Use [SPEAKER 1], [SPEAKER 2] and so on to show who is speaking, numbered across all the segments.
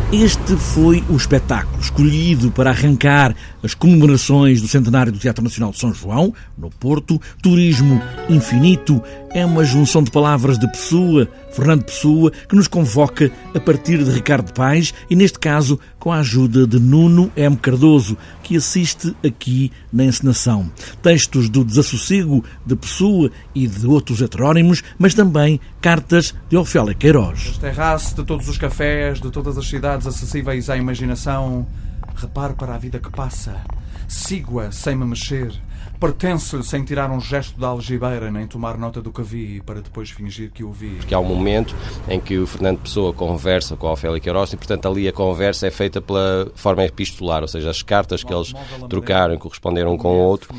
[SPEAKER 1] Este foi o espetáculo escolhido para arrancar as comemorações do centenário do Teatro Nacional de São João, no Porto. Turismo Infinito é uma junção de palavras de Pessoa, Fernando Pessoa, que nos convoca a partir de Ricardo Paes e, neste caso, com a ajuda de Nuno M. Cardoso, que assiste aqui na encenação. Textos do Desassossego de Pessoa e de outros heterónimos, mas também cartas de Ofélia Queiroz.
[SPEAKER 2] Os terraços de todos os cafés, de todas as cidades acessíveis à imaginação, reparo para a vida que passa, sigo-a sem me mexer, pertenço-lhe sem tirar um gesto da algibeira, nem tomar nota do que vi para depois fingir que o vi.
[SPEAKER 3] Porque há um momento em que o Fernando Pessoa conversa com a Ofélia Queiroz e, portanto, ali a conversa é feita pela forma epistolar, ou seja, as cartas que eles trocaram e corresponderam um com o outro,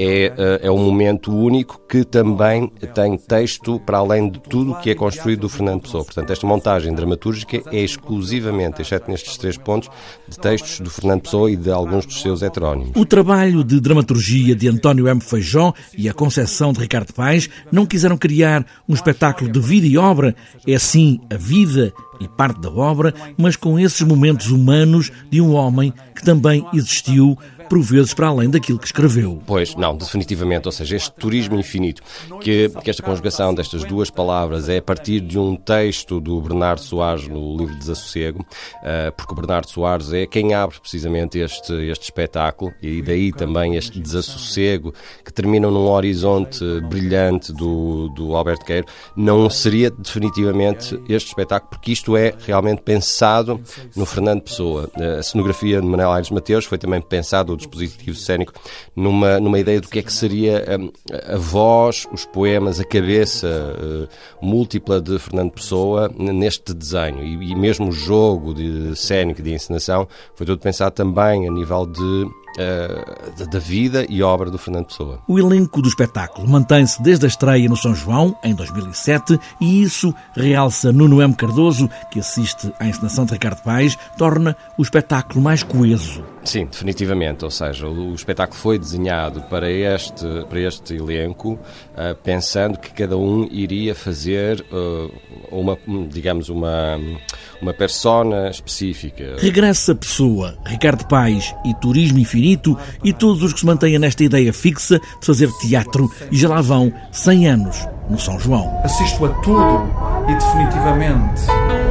[SPEAKER 3] é um momento único que também tem texto para além de tudo que é construído do Fernando Pessoa. Portanto, esta montagem dramatúrgica é exclusivamente, exceto nestes 3 pontos, de textos do Fernando Pessoa e de alguns dos seus heterónimos.
[SPEAKER 1] O trabalho de dramaturgia de António M. Feijó e a concepção de Ricardo Paes não quiseram criar um espetáculo de vida e obra. É sim a vida e parte da obra, mas com esses momentos humanos de um homem que também existiu, por vezes para além daquilo que escreveu.
[SPEAKER 3] Pois, não, definitivamente, ou seja, este turismo infinito, que esta conjugação destas duas palavras é a partir de um texto do Bernardo Soares no livro Desassossego, porque o Bernardo Soares é quem abre precisamente este espetáculo, e daí também este desassossego, que termina num horizonte brilhante do Alberto Queiro. Não seria definitivamente este espetáculo, porque isto é realmente pensado no Fernando Pessoa. A cenografia de Manuel Aires Mateus foi também pensado, o dispositivo cênico, numa ideia do que é que seria a voz, os poemas, a cabeça múltipla de Fernando Pessoa neste desenho. E mesmo o jogo de cênico, de encenação, foi tudo pensado também a nível da vida e obra do Fernando Pessoa.
[SPEAKER 1] O elenco do espetáculo mantém-se desde a estreia no São João, em 2007, e isso, realça Nuno M. Cardoso, que assiste à encenação de Ricardo Paes, torna o espetáculo mais coeso.
[SPEAKER 3] Sim, definitivamente, ou seja, o espetáculo foi desenhado para este elenco, pensando que cada um iria fazer uma persona específica.
[SPEAKER 1] Regressa Pessoa, Ricardo Paes e Turismo Infinito, e todos os que se mantêm nesta ideia fixa de fazer teatro, e já lá vão 100 anos no São João.
[SPEAKER 2] Assisto a tudo e definitivamente